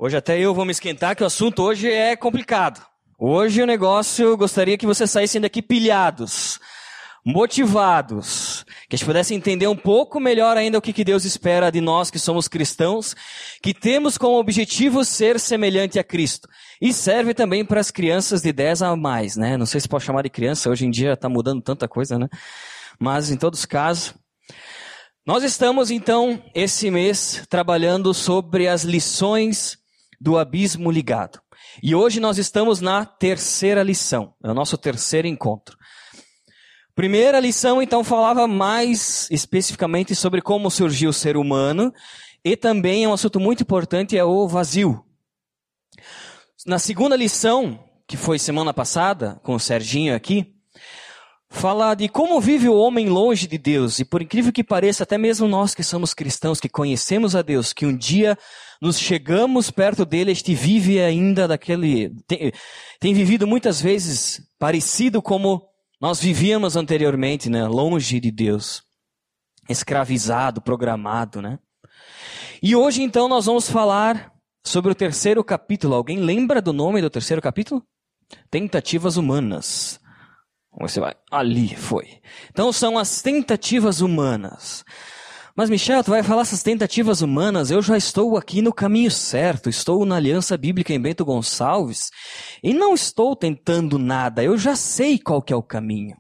Hoje até eu vou me esquentar que o assunto hoje é complicado. Hoje o negócio, eu gostaria que vocês saíssem daqui pilhados, motivados, que a gente pudesse entender um pouco melhor ainda o que Deus espera de nós que somos cristãos, que temos como objetivo ser semelhante a Cristo. E serve também para as crianças de 10 a mais, né? Não sei se pode chamar de criança, hoje em dia está mudando tanta coisa, né? Mas em todos os casos, nós estamos então esse mês trabalhando sobre as lições do abismo ligado. E hoje nós estamos na terceira lição, é o nosso terceiro encontro. Primeira lição, então, falava mais especificamente sobre como surgiu o ser humano, e também é um assunto muito importante, é o vazio. Na segunda lição, que foi semana passada, com o Serginho aqui, fala de como vive o homem longe de Deus, e por incrível que pareça, até mesmo nós que somos cristãos, que conhecemos a Deus, que um dia nos chegamos perto dele, este vive ainda tem vivido muitas vezes parecido como nós vivíamos anteriormente, né? Longe de Deus, escravizado, programado, né? E hoje então nós vamos falar sobre o terceiro capítulo. Alguém lembra do nome do terceiro capítulo? Tentativas humanas. Você vai, ali foi. Então são as tentativas humanas. Mas Michel, tu vai falar essas tentativas humanas, eu já estou aqui no caminho certo, estou na Aliança Bíblica em Bento Gonçalves, e não estou tentando nada, eu já sei qual que é o caminho.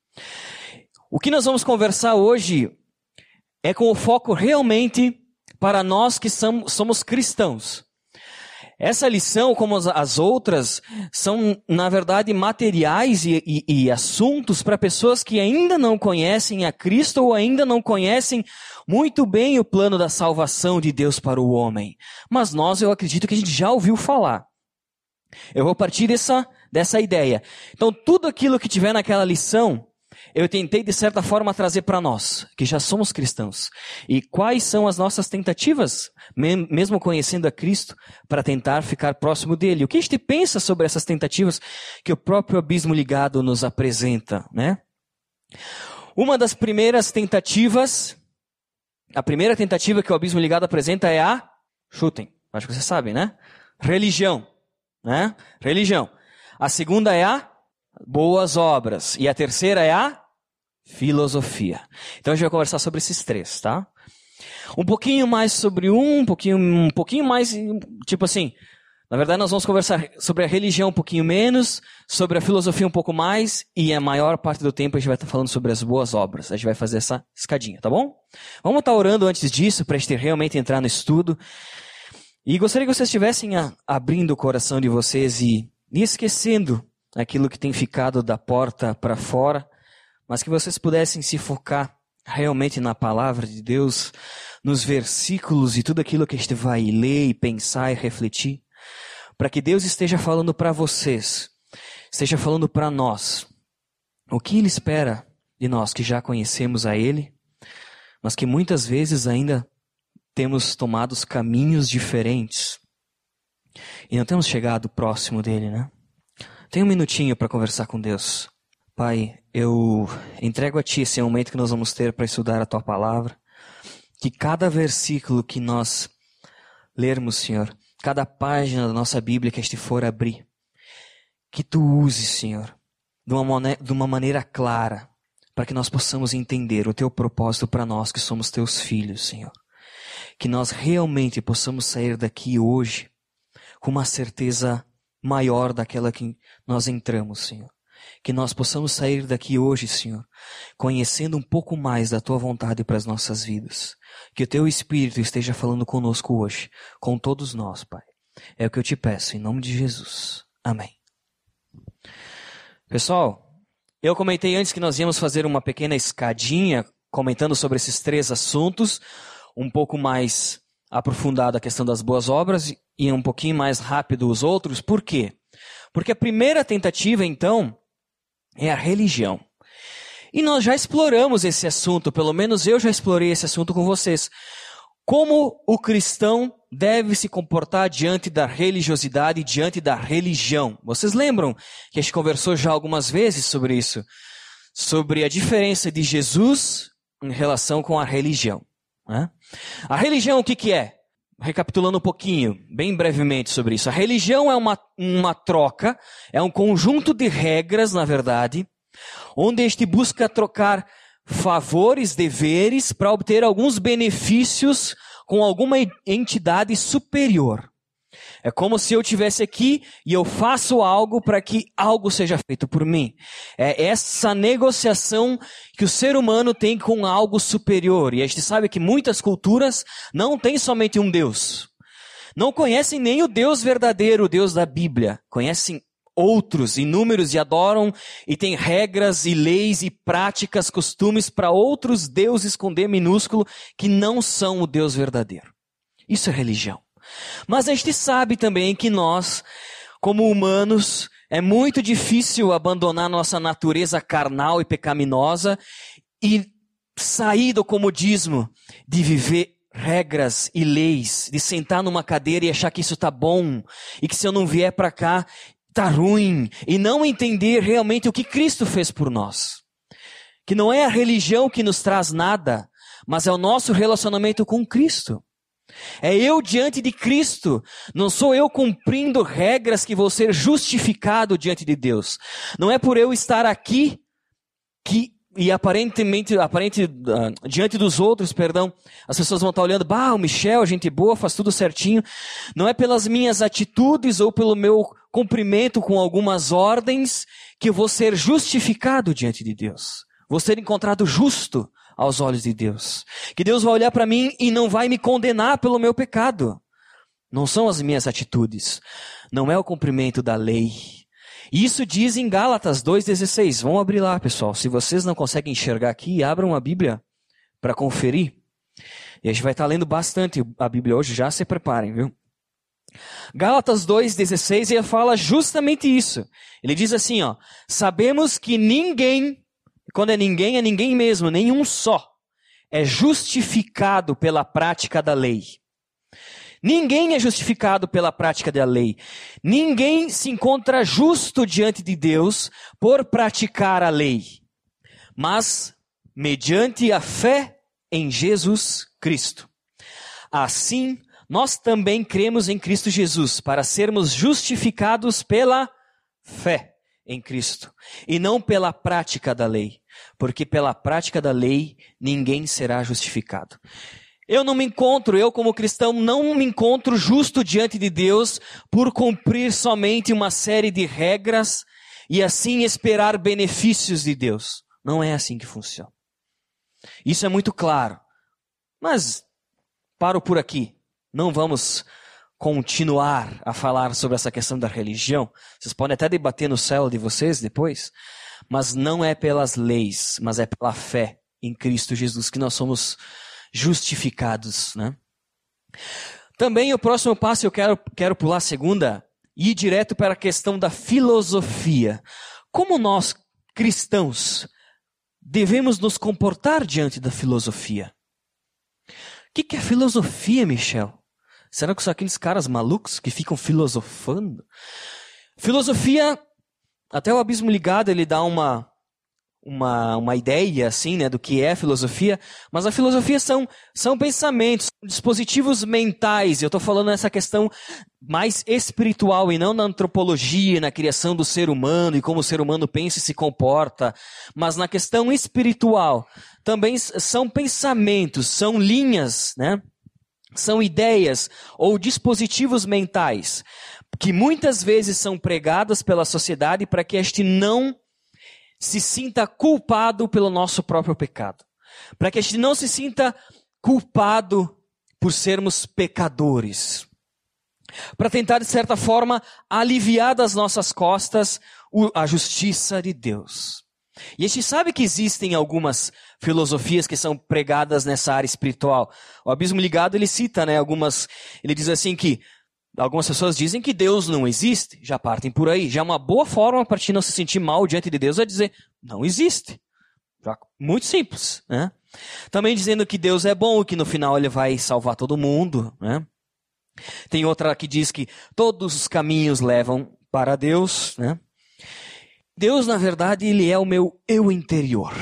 O que nós vamos conversar hoje é com o foco realmente para nós que somos cristãos. Essa lição, como as outras, são, na verdade, materiais e assuntos para pessoas que ainda não conhecem a Cristo ou ainda não conhecem muito bem o plano da salvação de Deus para o homem. Mas eu acredito que a gente já ouviu falar. Eu vou partir dessa ideia. Então, tudo aquilo que tiver naquela lição, eu tentei, de certa forma, trazer para nós, que já somos cristãos. E quais são as nossas tentativas, mesmo conhecendo a Cristo, para tentar ficar próximo dele? O que a gente pensa sobre essas tentativas que o próprio abismo ligado nos apresenta, né? Uma das primeiras tentativas, a primeira tentativa que o abismo ligado apresenta é chutem, acho que vocês sabem, né? Religião, né? Religião. A segunda é boas obras. E a terceira é a filosofia. Então a gente vai conversar sobre esses três, tá? Um pouquinho mais sobre um pouquinho mais, tipo assim, na verdade nós vamos conversar sobre a religião um pouquinho menos, sobre a filosofia um pouco mais, e a maior parte do tempo a gente vai estar falando sobre as boas obras. A gente vai fazer essa escadinha, tá bom? Vamos estar orando antes disso, para a gente realmente entrar no estudo. E gostaria que vocês estivessem abrindo o coração de vocês e esquecendo aquilo que tem ficado da porta para fora, mas que vocês pudessem se focar realmente na palavra de Deus, nos versículos e tudo aquilo que a gente vai ler e pensar e refletir, para que Deus esteja falando para vocês, esteja falando para nós, o que Ele espera de nós que já conhecemos a Ele, mas que muitas vezes ainda temos tomado caminhos diferentes e não temos chegado próximo dEle, né? Tem um minutinho para conversar com Deus. Pai, eu entrego a Ti esse momento que nós vamos ter para estudar a Tua palavra. Que cada versículo que nós lermos, Senhor, cada página da nossa Bíblia que a gente for abrir, que Tu uses, Senhor, de uma maneira clara, para que nós possamos entender o Teu propósito para nós que somos Teus filhos, Senhor. Que nós realmente possamos sair daqui hoje com uma certeza maior daquela que nós entramos, Senhor. Que nós possamos sair daqui hoje, Senhor, conhecendo um pouco mais da Tua vontade para as nossas vidas. Que o Teu Espírito esteja falando conosco hoje, com todos nós, Pai. É o que eu Te peço, em nome de Jesus. Amém. Pessoal, eu comentei antes que nós íamos fazer uma pequena escadinha, comentando sobre esses três assuntos, um pouco mais aprofundado a questão das boas obras e um pouquinho mais rápido os outros. Por quê? Porque a primeira tentativa, então, é a religião. E nós já exploramos esse assunto, pelo menos eu já explorei esse assunto com vocês. Como o cristão deve se comportar diante da religiosidade, diante da religião. Vocês lembram que a gente conversou já algumas vezes sobre isso? Sobre a diferença de Jesus em relação com a religião, né? A religião o que é? recapitulando um pouquinho, bem brevemente sobre isso. A religião é uma troca, é um conjunto de regras, na verdade, onde a gente busca trocar favores, deveres, para obter alguns benefícios com alguma entidade superior. É como se eu estivesse aqui e eu faço algo para que algo seja feito por mim. É essa negociação que o ser humano tem com algo superior. E a gente sabe que muitas culturas não têm somente um Deus. Não conhecem nem o Deus verdadeiro, o Deus da Bíblia. Conhecem outros, inúmeros, e adoram e têm regras e leis e práticas, costumes para outros deuses com D minúsculo que não são o Deus verdadeiro. Isso é religião. Mas a gente sabe também que nós, como humanos, é muito difícil abandonar nossa natureza carnal e pecaminosa e sair do comodismo de viver regras e leis, de sentar numa cadeira e achar que isso tá bom e que se eu não vier para cá tá ruim, e não entender realmente o que Cristo fez por nós. Que não é a religião que nos traz nada, mas é o nosso relacionamento com Cristo. É eu diante de Cristo, não sou eu cumprindo regras que vou ser justificado diante de Deus. Não é por eu estar aqui diante dos outros, as pessoas vão estar olhando, o Michel, gente boa, faz tudo certinho. Não é pelas minhas atitudes ou pelo meu cumprimento com algumas ordens que eu vou ser justificado diante de Deus. Vou ser encontrado justo aos olhos de Deus. Que Deus vai olhar para mim e não vai me condenar pelo meu pecado. Não são as minhas atitudes. Não é o cumprimento da lei. Isso diz em Gálatas 2,16. Vamos abrir lá, pessoal. Se vocês não conseguem enxergar aqui, abram a Bíblia para conferir. E a gente vai estar lendo bastante a Bíblia hoje. Já se preparem, viu? Gálatas 2,16, ele fala justamente isso. Ele diz assim, sabemos que ninguém, quando é ninguém mesmo, nenhum só, é justificado pela prática da lei. Ninguém é justificado pela prática da lei. Ninguém se encontra justo diante de Deus por praticar a lei, mas mediante a fé em Jesus Cristo. Assim, nós também cremos em Cristo Jesus para sermos justificados pela fé em Cristo e não pela prática da lei, porque pela prática da lei ninguém será justificado. Eu como cristão, não me encontro justo diante de Deus por cumprir somente uma série de regras e assim esperar benefícios de Deus. Não é assim que funciona. Isso é muito claro. Mas paro por aqui. Não vamos continuar a falar sobre essa questão da religião. Vocês podem até debater no céu de vocês depois. Mas não é pelas leis, mas é pela fé em Cristo Jesus que nós somos justificados, né? Também o próximo passo eu quero pular a segunda e ir direto para a questão da filosofia. Como nós, cristãos, devemos nos comportar diante da filosofia? O que é filosofia, Michel? Será que são aqueles caras malucos que ficam filosofando? Filosofia, até o Abismo Ligado, ele dá uma ideia, assim, né, do que é filosofia, mas a filosofia são pensamentos, dispositivos mentais. Eu estou falando nessa questão mais espiritual e não na antropologia, na criação do ser humano e como o ser humano pensa e se comporta, mas na questão espiritual. Também são pensamentos, são linhas, né? São ideias ou dispositivos mentais que muitas vezes são pregadas pela sociedade para que este não se sinta culpado pelo nosso próprio pecado. Para que a gente não se sinta culpado por sermos pecadores. Para tentar, de certa forma, aliviar das nossas costas a justiça de Deus. E a gente sabe que existem algumas filosofias que são pregadas nessa área espiritual. O Abismo Ligado, ele cita, né, ele diz assim que algumas pessoas dizem que Deus não existe, já partem por aí. Já é uma boa forma para ti não se sentir mal diante de Deus é dizer, não existe. Já, muito simples, né? Também dizendo que Deus é bom e que no final ele vai salvar todo mundo, né? Tem outra que diz que todos os caminhos levam para Deus, né? Deus, na verdade, ele é o meu eu interior.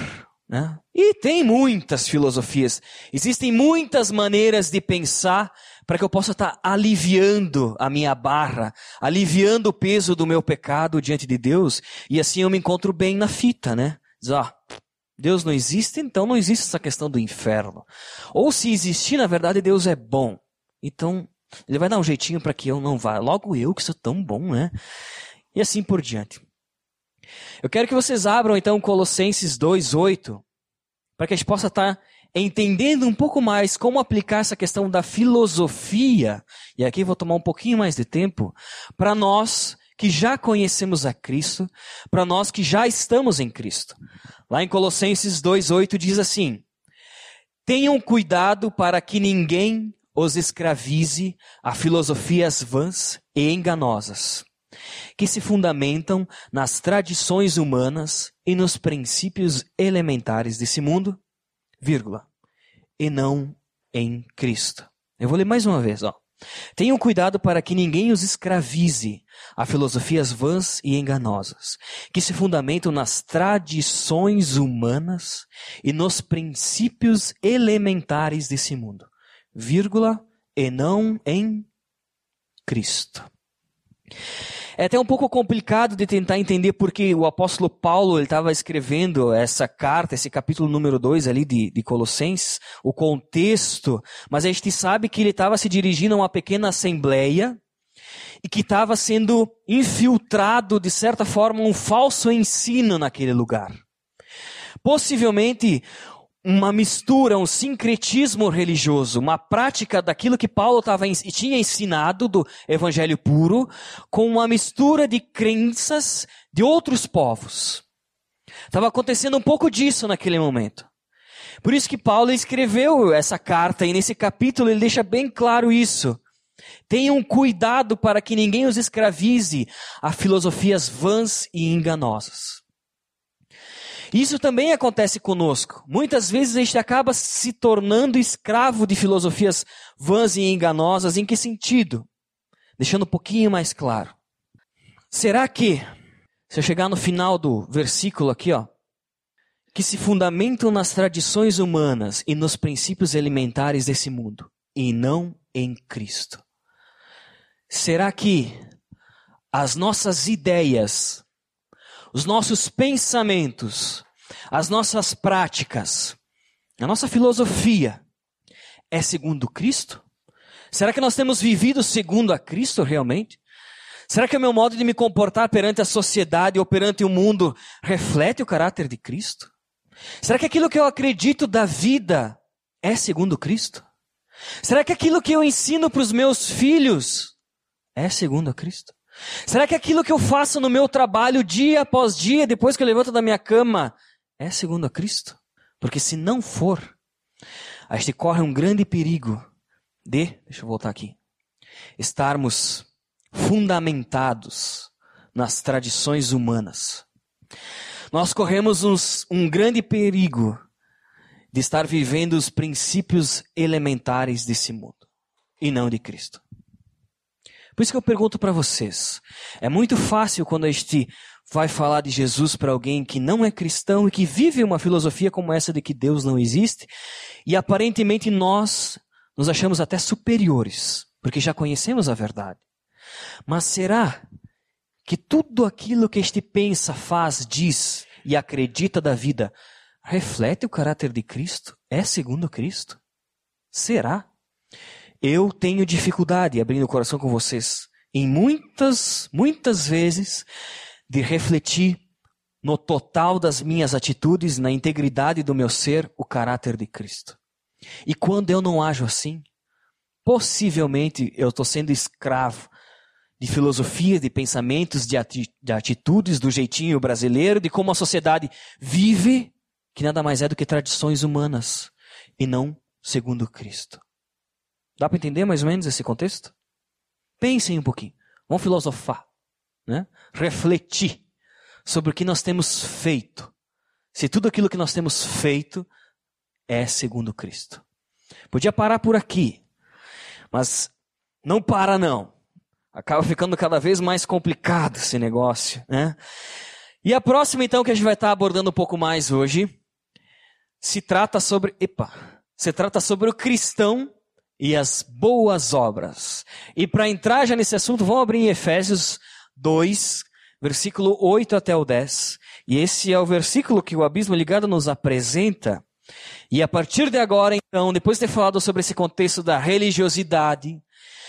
né? E tem muitas filosofias. Existem muitas maneiras de pensar para que eu possa estar aliviando a minha barra, aliviando o peso do meu pecado diante de Deus, e assim eu me encontro bem na fita, né? Diz, Deus não existe, então não existe essa questão do inferno. Ou se existir, na verdade, Deus é bom. Então, Ele vai dar um jeitinho para que eu não vá. Logo eu, que sou tão bom, né? E assim por diante. Eu quero que vocês abram, então, Colossenses 2:8, para que a gente possa estar entendendo um pouco mais como aplicar essa questão da filosofia, e aqui vou tomar um pouquinho mais de tempo, para nós que já conhecemos a Cristo, para nós que já estamos em Cristo. Lá em Colossenses 2:8 diz assim: tenham cuidado para que ninguém os escravize a filosofias vãs e enganosas, que se fundamentam nas tradições humanas e nos princípios elementares desse mundo, vírgula, e não em Cristo. Eu vou ler mais uma vez, Tenham cuidado para que ninguém os escravize a filosofias vãs e enganosas, que se fundamentam nas tradições humanas e nos princípios elementares desse mundo, vírgula, e não em Cristo. É até um pouco complicado de tentar entender porque o apóstolo Paulo estava escrevendo essa carta, esse capítulo número 2 ali de Colossenses, o contexto, mas a gente sabe que ele estava se dirigindo a uma pequena assembleia e que estava sendo infiltrado, de certa forma, um falso ensino naquele lugar. Possivelmente uma mistura, um sincretismo religioso, uma prática daquilo que Paulo tinha ensinado do evangelho puro, com uma mistura de crenças de outros povos. Estava acontecendo um pouco disso naquele momento. Por isso que Paulo escreveu essa carta, e nesse capítulo ele deixa bem claro isso. Tenham cuidado para que ninguém os escravize a filosofias vãs e enganosas. Isso também acontece conosco. Muitas vezes a gente acaba se tornando escravo de filosofias vãs e enganosas. Em que sentido? Deixando um pouquinho mais claro. Será que, se eu chegar no final do versículo aqui, que se fundamentam nas tradições humanas e nos princípios elementares desse mundo, e não em Cristo. Será que as nossas ideias, os nossos pensamentos, as nossas práticas, a nossa filosofia é segundo Cristo? Será que nós temos vivido segundo a Cristo realmente? Será que o meu modo de me comportar perante a sociedade ou perante o mundo reflete o caráter de Cristo? Será que aquilo que eu acredito da vida é segundo Cristo? Será que aquilo que eu ensino para os meus filhos é segundo a Cristo? Será que aquilo que eu faço no meu trabalho dia após dia, depois que eu levanto da minha cama, é segundo a Cristo? Porque se não for, a gente corre um grande perigo deixa eu voltar aqui, estarmos fundamentados nas tradições humanas. Nós corremos um grande perigo de estar vivendo os princípios elementares desse mundo e não de Cristo. Por isso que eu pergunto para vocês, é muito fácil quando a gente vai falar de Jesus para alguém que não é cristão e que vive uma filosofia como essa de que Deus não existe, e aparentemente nós nos achamos até superiores, porque já conhecemos a verdade. Mas será que tudo aquilo que este pensa, faz, diz e acredita da vida reflete o caráter de Cristo? É segundo Cristo? Será? Eu tenho dificuldade, abrindo o coração com vocês, em muitas vezes, de refletir no total das minhas atitudes, na integridade do meu ser, o caráter de Cristo. E quando eu não ajo assim, possivelmente eu estou sendo escravo de filosofias, de pensamentos, de atitudes do jeitinho brasileiro, de como a sociedade vive, que nada mais é do que tradições humanas, e não segundo Cristo. Dá para entender mais ou menos esse contexto? Pensem um pouquinho. Vamos filosofar, né? Refletir sobre o que nós temos feito. Se tudo aquilo que nós temos feito é segundo Cristo. Podia parar por aqui, mas não para não. Acaba ficando cada vez mais complicado esse negócio, né? E a próxima então que a gente vai estar abordando um pouco mais hoje se trata sobre o cristão e as boas obras. E para entrar já nesse assunto, vamos abrir em Efésios 2, versículo 8 até o 10. E esse é o versículo que o Abismo Ligado nos apresenta. E a partir de agora, então, depois de ter falado sobre esse contexto da religiosidade,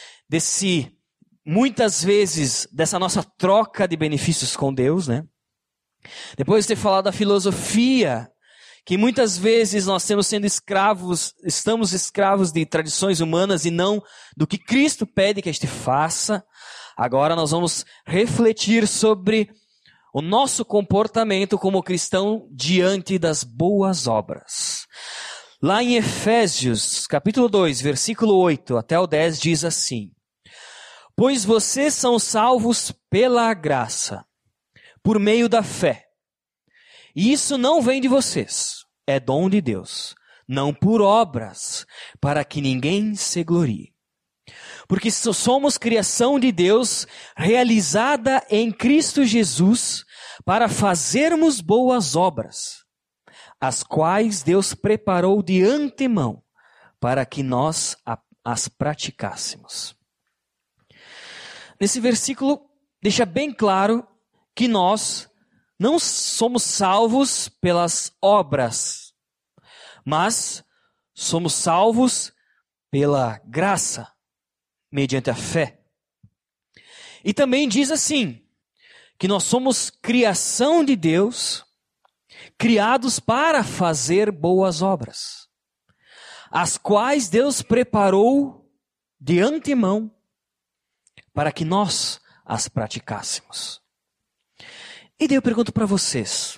muitas vezes, dessa nossa troca de benefícios com Deus, né? Depois de ter falado da filosofia, que muitas vezes nós estamos escravos de tradições humanas e não do que Cristo pede que a gente faça. Agora nós vamos refletir sobre o nosso comportamento como cristão diante das boas obras. Lá em Efésios, capítulo 2, versículo 8 até o 10, diz assim: Pois vocês são salvos pela graça, por meio da fé. E isso não vem de vocês, é dom de Deus, não por obras, para que ninguém se glorie. Porque somos criação de Deus, realizada em Cristo Jesus, para fazermos boas obras, as quais Deus preparou de antemão, para que nós as praticássemos. Nesse versículo, deixa bem claro que nós não somos salvos pelas obras, mas somos salvos pela graça, mediante a fé. E também diz assim, que nós somos criação de Deus, criados para fazer boas obras, as quais Deus preparou de antemão para que nós as praticássemos. E daí eu pergunto para vocês,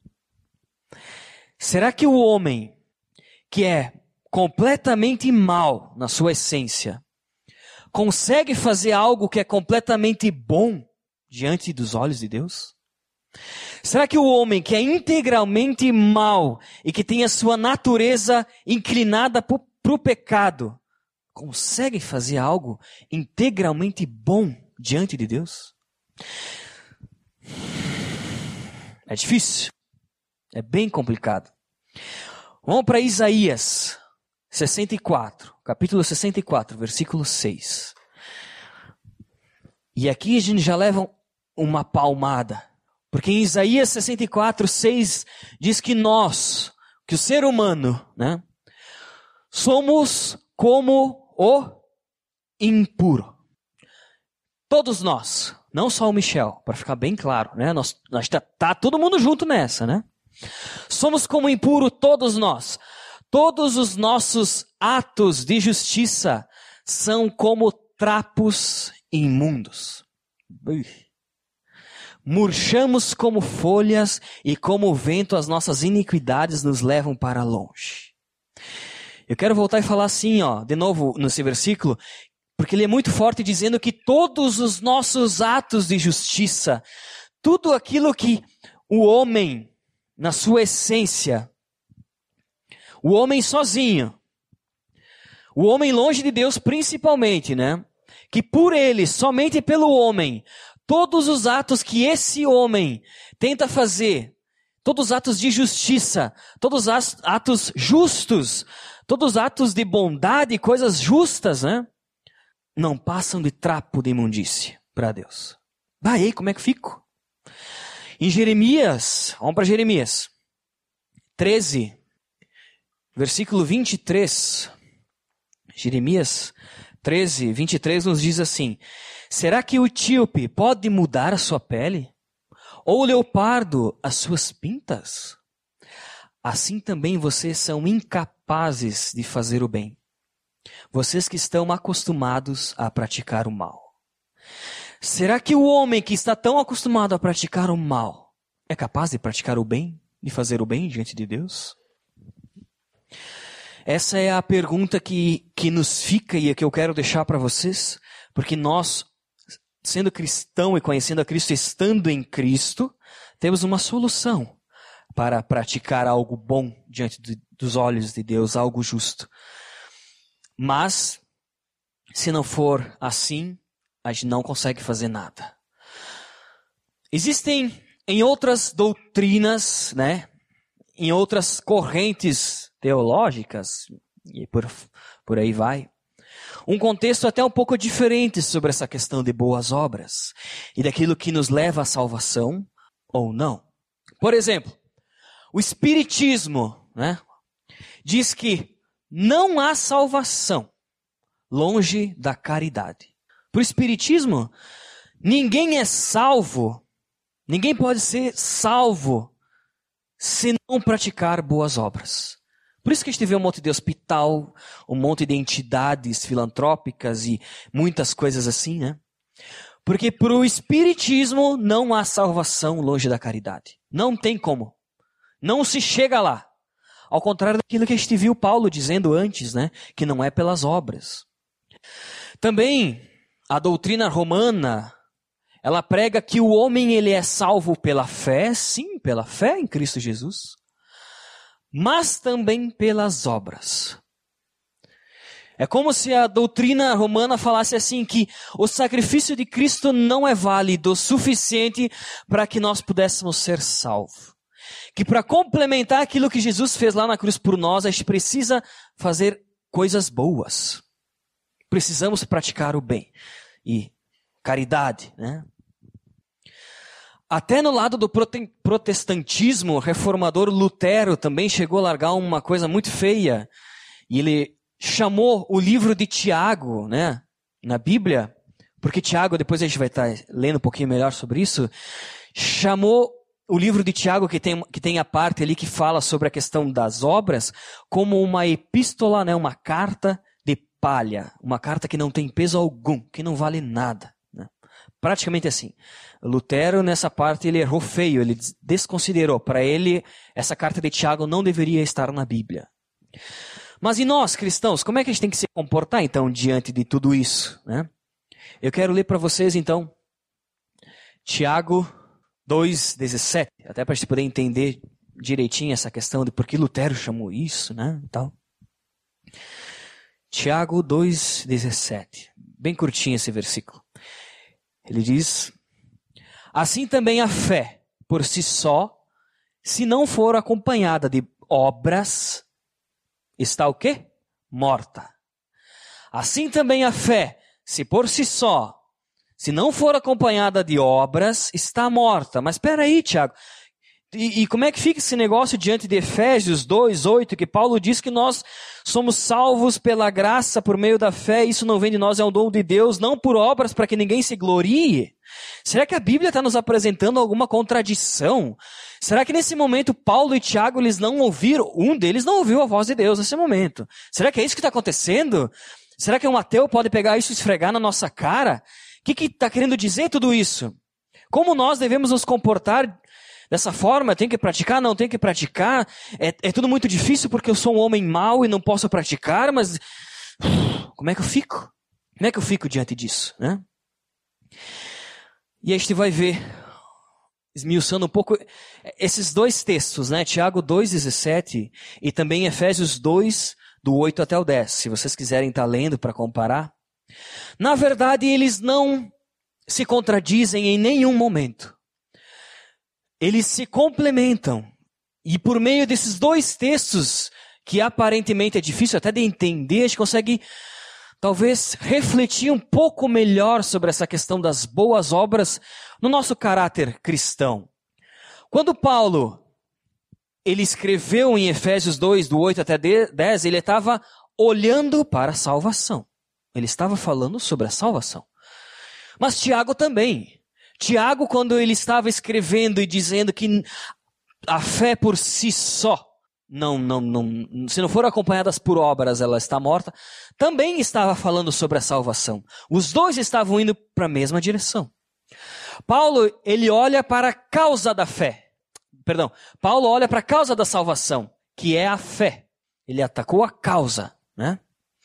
será que o homem que é completamente mau na sua essência, consegue fazer algo que é completamente bom diante dos olhos de Deus? Será que o homem que é integralmente mau e que tem a sua natureza inclinada para o pecado, consegue fazer algo integralmente bom diante de Deus? É difícil. É bem complicado. Vamos para Isaías 64, capítulo 64, versículo 6. E aqui a gente já leva uma palmada. Porque em Isaías 64, 6 diz que que o ser humano, né, somos como o impuro. Todos nós, não só o Michel, para ficar bem claro, né? Nós tá todo mundo junto nessa, né? Somos como impuro todos nós. Todos os nossos atos de justiça são como trapos imundos. Murchamos como folhas e como o vento as nossas iniquidades nos levam para longe. Eu quero voltar e falar assim, de novo nesse versículo, porque ele é muito forte dizendo que todos os nossos atos de justiça, tudo aquilo que o homem, na sua essência, o homem sozinho, o homem longe de Deus principalmente, né? Que por ele, somente pelo homem, todos os atos que esse homem tenta fazer, todos os atos de justiça, todos os atos justos, todos os atos de bondade, coisas justas, né? Não passam de trapo de imundície para Deus. Aí, como é que fico? Em Jeremias, vamos para Jeremias 13, versículo 23. Jeremias 13, 23 nos diz assim: será que o etíope pode mudar a sua pele? Ou o leopardo as suas pintas? Assim também vocês são incapazes de fazer o bem. Vocês que estão acostumados a praticar o mal. Será que o homem que está tão acostumado a praticar o mal é capaz de praticar o bem, de fazer o bem diante de Deus? Essa é a pergunta que nos fica e é que eu quero deixar para vocês, porque nós, sendo cristão e conhecendo a Cristo, estando em Cristo, temos uma solução para praticar algo bom diante dos olhos de Deus, algo justo. Mas, se não for assim, a gente não consegue fazer nada. Existem em outras doutrinas, né? em outras correntes teológicas, e por aí vai, um contexto até um pouco diferente sobre essa questão de boas obras e daquilo que nos leva à salvação ou não. Por exemplo, o Espiritismo, né, diz que não há salvação longe da caridade. Para o Espiritismo, ninguém é salvo, ninguém pode ser salvo se não praticar boas obras. Por isso que a gente vê um monte de hospital, um monte de entidades filantrópicas e muitas coisas assim, né? Porque para o Espiritismo não há salvação longe da caridade. Não tem como. Não se chega lá. Ao contrário daquilo que a gente viu Paulo dizendo antes, né? Que não é pelas obras. Também a doutrina romana, ela prega que o homem ele é salvo pela fé, sim, pela fé em Cristo Jesus, mas também pelas obras. É como se a doutrina romana falasse assim que o sacrifício de Cristo não é válido o suficiente para que nós pudéssemos ser salvos. Que para complementar aquilo que Jesus fez lá na cruz por nós, a gente precisa fazer coisas boas. Precisamos praticar o bem. E caridade, né? Até no lado do protestantismo, o reformador Lutero também chegou a largar uma coisa muito feia. E ele chamou o livro de Tiago, né, na Bíblia, porque Tiago, depois a gente vai estar lendo um pouquinho melhor sobre isso, chamou o livro de Tiago, que tem a parte ali que fala sobre a questão das obras, como uma epístola, né, uma carta de palha, uma carta que não tem peso algum, que não vale nada. Praticamente assim. Lutero, nessa parte, ele errou feio, ele desconsiderou. Para ele, essa carta de Tiago não deveria estar na Bíblia. Mas e nós, cristãos, como é que a gente tem que se comportar, então, diante de tudo isso, né? Eu quero ler para vocês, então, Tiago 2,17, até para a gente poder entender direitinho essa questão de por que Lutero chamou isso, né? Então, Tiago 2,17. Bem curtinho esse versículo. Ele diz: assim também a fé, por si só, se não for acompanhada de obras, está o quê? Morta. Assim também a fé, se por si só, se não for acompanhada de obras, está morta. Mas espera aí, Tiago. E como é que fica esse negócio diante de Efésios 2:8, que Paulo diz que nós somos salvos pela graça por meio da fé, isso não vem de nós, é um dom de Deus, não por obras para que ninguém se glorie? Será que a Bíblia está nos apresentando alguma contradição? Será que nesse momento Paulo e Tiago, eles não ouviram, um deles não ouviu a voz de Deus nesse momento? Será que é isso que está acontecendo? Será que um ateu pode pegar isso e esfregar na nossa cara? O que está querendo dizer tudo isso? Como nós devemos nos comportar dessa forma? Tem que praticar? Não tem que praticar? É tudo muito difícil porque eu sou um homem mau e não posso praticar, mas como é que eu fico? Como é que eu fico diante disso, né? E a gente vai ver, esmiuçando um pouco, esses dois textos, né? Tiago 2,17 e também Efésios 2, do 8 até o 10. Se vocês quiserem estar lendo para comparar. Na verdade, eles não se contradizem em nenhum momento. Eles se complementam. E por meio desses dois textos, que aparentemente é difícil até de entender, a gente consegue talvez refletir um pouco melhor sobre essa questão das boas obras no nosso caráter cristão. Quando Paulo, ele escreveu em Efésios 2, do 8 até 10, ele estava olhando para a salvação. Ele estava falando sobre a salvação. Mas Tiago também. Tiago, quando ele estava escrevendo e dizendo que a fé por si só, se não for acompanhadas por obras, ela está morta, também estava falando sobre a salvação. Os dois estavam indo para a mesma direção. Paulo, ele olha para a causa da fé. Paulo olha para a causa da salvação, que é a fé. Ele atacou a causa, né?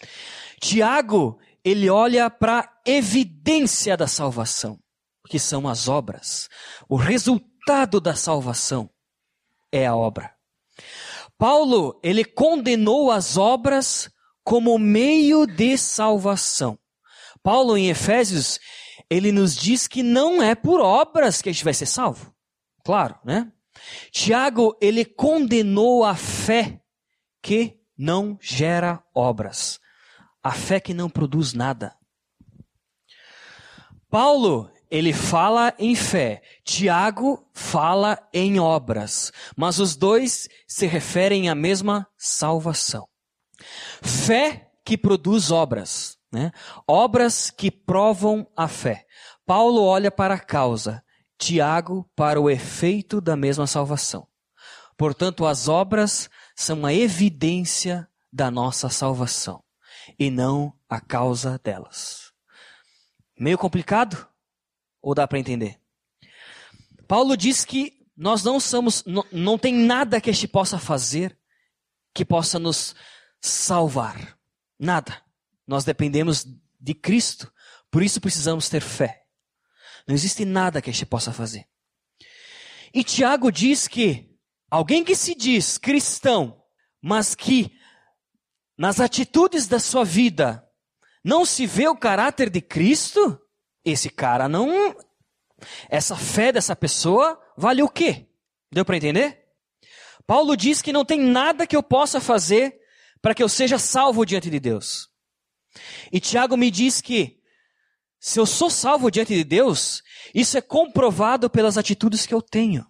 Tiago, ele olha para a evidência da salvação, que são as obras. O resultado da salvação é a obra. Paulo, ele condenou as obras como meio de salvação. Paulo, em Efésios, ele nos diz que não é por obras que a gente vai ser salvo. Claro, né? Tiago, ele condenou a fé que não gera obras. A fé que não produz nada. Paulo, ele fala em fé. Tiago fala em obras. Mas os dois se referem à mesma salvação. Fé que produz obras, né? Obras que provam a fé. Paulo olha para a causa. Tiago para o efeito da mesma salvação. Portanto, as obras são a evidência da nossa salvação e não a causa delas. Meio complicado? Ou dá para entender? Paulo diz que nós não tem nada que a gente possa fazer que possa nos salvar. Nada. Nós dependemos de Cristo, por isso precisamos ter fé. Não existe nada que a gente possa fazer. E Tiago diz que alguém que se diz cristão, mas que nas atitudes da sua vida não se vê o caráter de Cristo, esse cara não... Essa fé dessa pessoa vale o quê? Deu para entender? Paulo diz que não tem nada que eu possa fazer para que eu seja salvo diante de Deus. E Tiago me diz que se eu sou salvo diante de Deus, isso é comprovado pelas atitudes que eu tenho.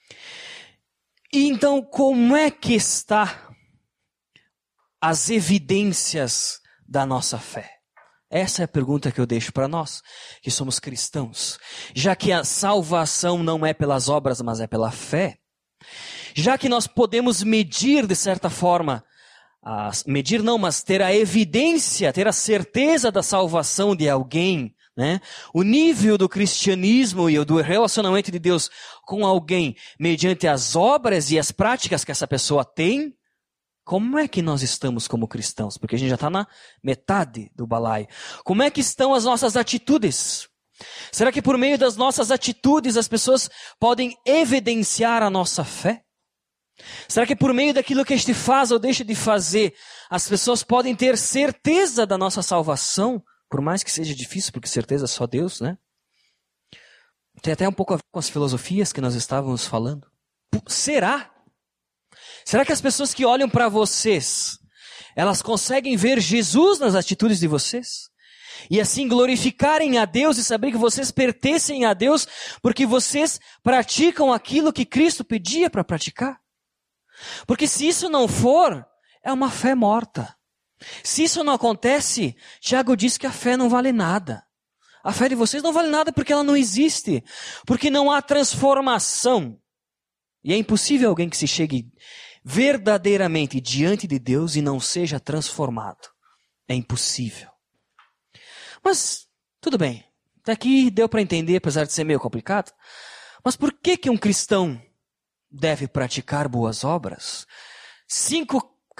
E então, como é que está as evidências da nossa fé? Essa é a pergunta que eu deixo para nós, que somos cristãos. Já que a salvação não é pelas obras, mas é pela fé. Já que nós podemos medir, de certa forma, medir não, mas ter a evidência, ter a certeza da salvação de alguém, né? O nível do cristianismo e do relacionamento de Deus com alguém, mediante as obras e as práticas que essa pessoa tem, como é que nós estamos como cristãos? Porque a gente já está na metade do balaio. Como é que estão as nossas atitudes? Será que por meio das nossas atitudes as pessoas podem evidenciar a nossa fé? Será que por meio daquilo que a gente faz ou deixa de fazer, as pessoas podem ter certeza da nossa salvação? Por mais que seja difícil, porque certeza é só Deus, né? Tem até um pouco a ver com as filosofias que nós estávamos falando. Será? Será que as pessoas que olham para vocês, elas conseguem ver Jesus nas atitudes de vocês? E assim glorificarem a Deus e saber que vocês pertencem a Deus porque vocês praticam aquilo que Cristo pedia para praticar? Porque se isso não for, é uma fé morta. Se isso não acontece, Tiago diz que a fé não vale nada. A fé de vocês não vale nada porque ela não existe. Porque não há transformação. E é impossível alguém que se chegue verdadeiramente diante de Deus e não seja transformado. É impossível. Mas, tudo bem. Até aqui deu para entender, apesar de ser meio complicado. Mas por que um cristão deve praticar boas obras? 5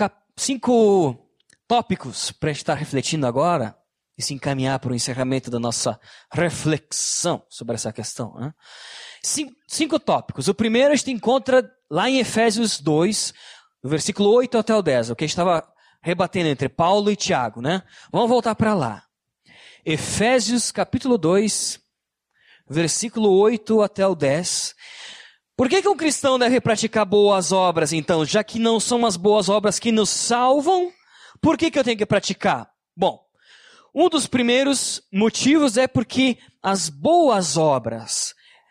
tópicos para estar refletindo agora e se encaminhar para o encerramento da nossa reflexão sobre essa questão. Né? 5 tópicos. O primeiro a gente encontra lá em Efésios 2, no versículo 8 até o 10, o que a gente estava rebatendo entre Paulo e Tiago. Né? Vamos voltar para lá. Efésios capítulo 2, versículo 8 até o 10. Por que um cristão deve praticar boas obras, então? Já que não são as boas obras que nos salvam, por que eu tenho que praticar? Bom, um dos primeiros motivos é porque as boas obras,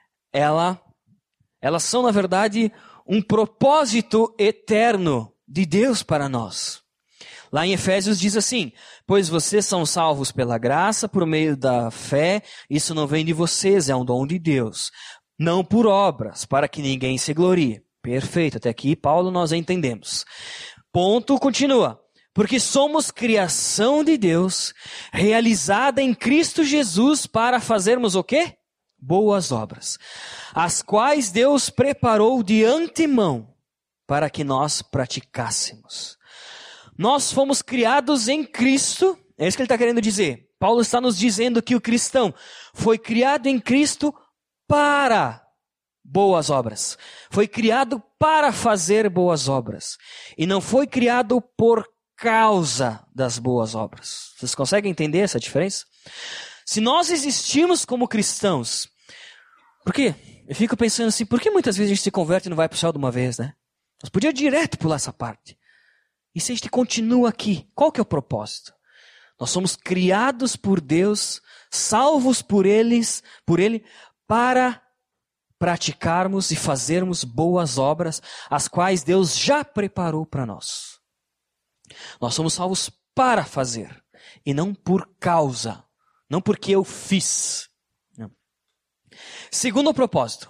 elas são, na verdade, um propósito eterno de Deus para nós. Lá em Efésios diz assim: pois vocês são salvos pela graça, por meio da fé, isso não vem de vocês, é um dom de Deus. Não por obras, para que ninguém se glorie. Perfeito, até aqui, Paulo, nós entendemos. Ponto, continua. Porque somos criação de Deus, realizada em Cristo Jesus para fazermos o quê? Boas obras, as quais Deus preparou de antemão para que nós praticássemos. Nós fomos criados em Cristo, é isso que ele está querendo dizer. Paulo está nos dizendo que o cristão foi criado em Cristo para boas obras. Foi criado para fazer boas obras. E não foi criado por causa das boas obras. Vocês conseguem entender essa diferença? Se nós existimos como cristãos, por quê? eu fico pensando assim, por que muitas vezes a gente se converte e não vai para o céu de uma vez, né? Nós podíamos direto pular essa parte. E se a gente continua aqui, qual que é o propósito? Nós somos criados por Deus, salvos por Ele, para praticarmos e fazermos boas obras, as quais Deus já preparou para nós. Nós somos salvos para fazer, e não por causa, não porque eu fiz. Não. Segundo propósito,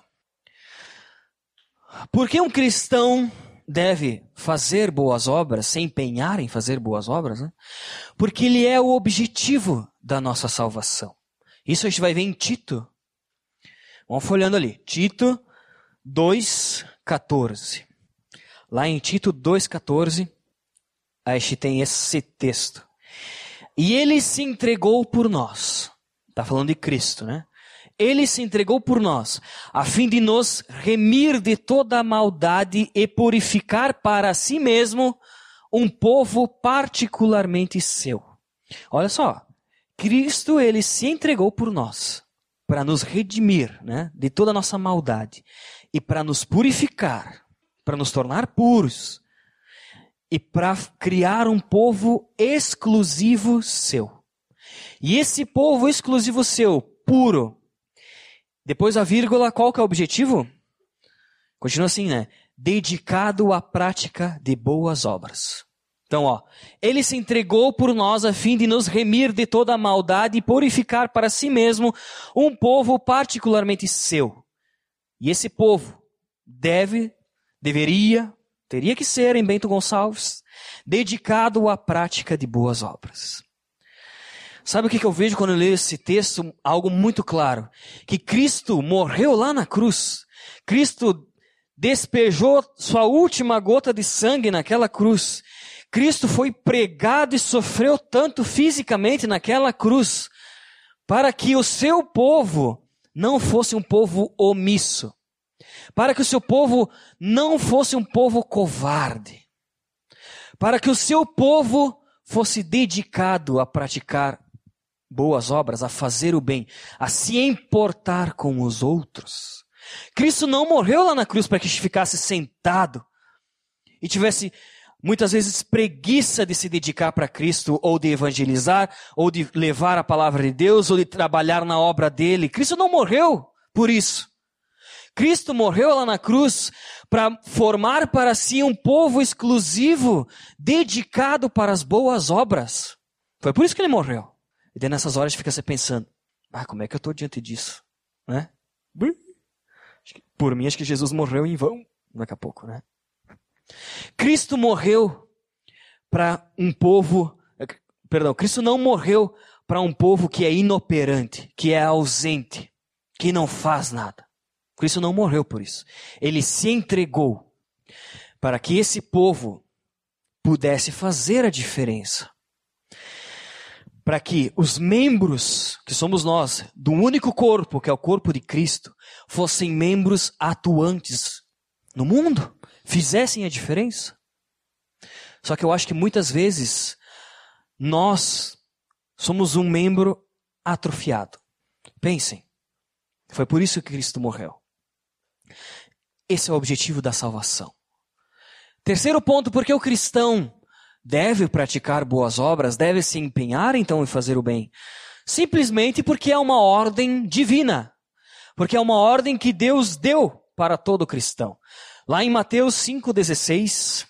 por que um cristão deve fazer boas obras, se empenhar em fazer boas obras? Né? Porque ele é o objetivo da nossa salvação. Isso a gente vai ver em Tito. Vamos folhando ali. Tito 2,14. Lá em Tito 2,14, a gente tem esse texto. E ele se entregou por nós. Está falando de Cristo, né? Ele se entregou por nós, a fim de nos remir de toda a maldade e purificar para si mesmo um povo particularmente seu. Olha só, Cristo, ele se entregou por nós, para nos redimir, né, de toda a nossa maldade, e para nos purificar, para nos tornar puros, e para criar um povo exclusivo seu. E esse povo exclusivo seu, puro, depois a vírgula, qual que é o objetivo? Continua assim, né? Dedicado à prática de boas obras. Então, ó, ele se entregou por nós a fim de nos remir de toda a maldade e purificar para si mesmo um povo particularmente seu. E esse povo teria que ser, em Bento Gonçalves, dedicado à prática de boas obras. Sabe o que eu vejo quando eu leio esse texto? Algo muito claro. Que Cristo morreu lá na cruz. Cristo despejou sua última gota de sangue naquela cruz. Cristo foi pregado e sofreu tanto fisicamente naquela cruz, para que o seu povo não fosse um povo omisso. Para que o seu povo não fosse um povo covarde. Para que o seu povo fosse dedicado a praticar boas obras, a fazer o bem, a se importar com os outros. Cristo não morreu lá na cruz para que a gente ficasse sentado e tivesse muitas vezes preguiça de se dedicar para Cristo, ou de evangelizar, ou de levar a palavra de Deus, ou de trabalhar na obra dele. Cristo não morreu por isso. Cristo morreu lá na cruz para formar para si um povo exclusivo, dedicado para as boas obras. Foi por isso que ele morreu. E daí nessas horas a gente fica se pensando, como é que eu estou diante disso? Né? Por mim, acho que Jesus morreu em vão daqui a pouco, né? Cristo morreu para um povo, Cristo não morreu para um povo que é inoperante, que é ausente, que não faz nada. Cristo não morreu por isso. Ele se entregou para que esse povo pudesse fazer a diferença. Para que os membros, que somos nós, do único corpo, que é o corpo de Cristo, fossem membros atuantes no mundo, fizessem a diferença. Só que eu acho que muitas vezes nós somos um membro atrofiado. Pensem, foi por isso que Cristo morreu. Esse é o objetivo da salvação. Terceiro ponto, porque o cristão deve praticar boas obras, deve se empenhar então em fazer o bem. Simplesmente porque é uma ordem divina. Porque é uma ordem que Deus deu para todo cristão. Lá em Mateus 5,16,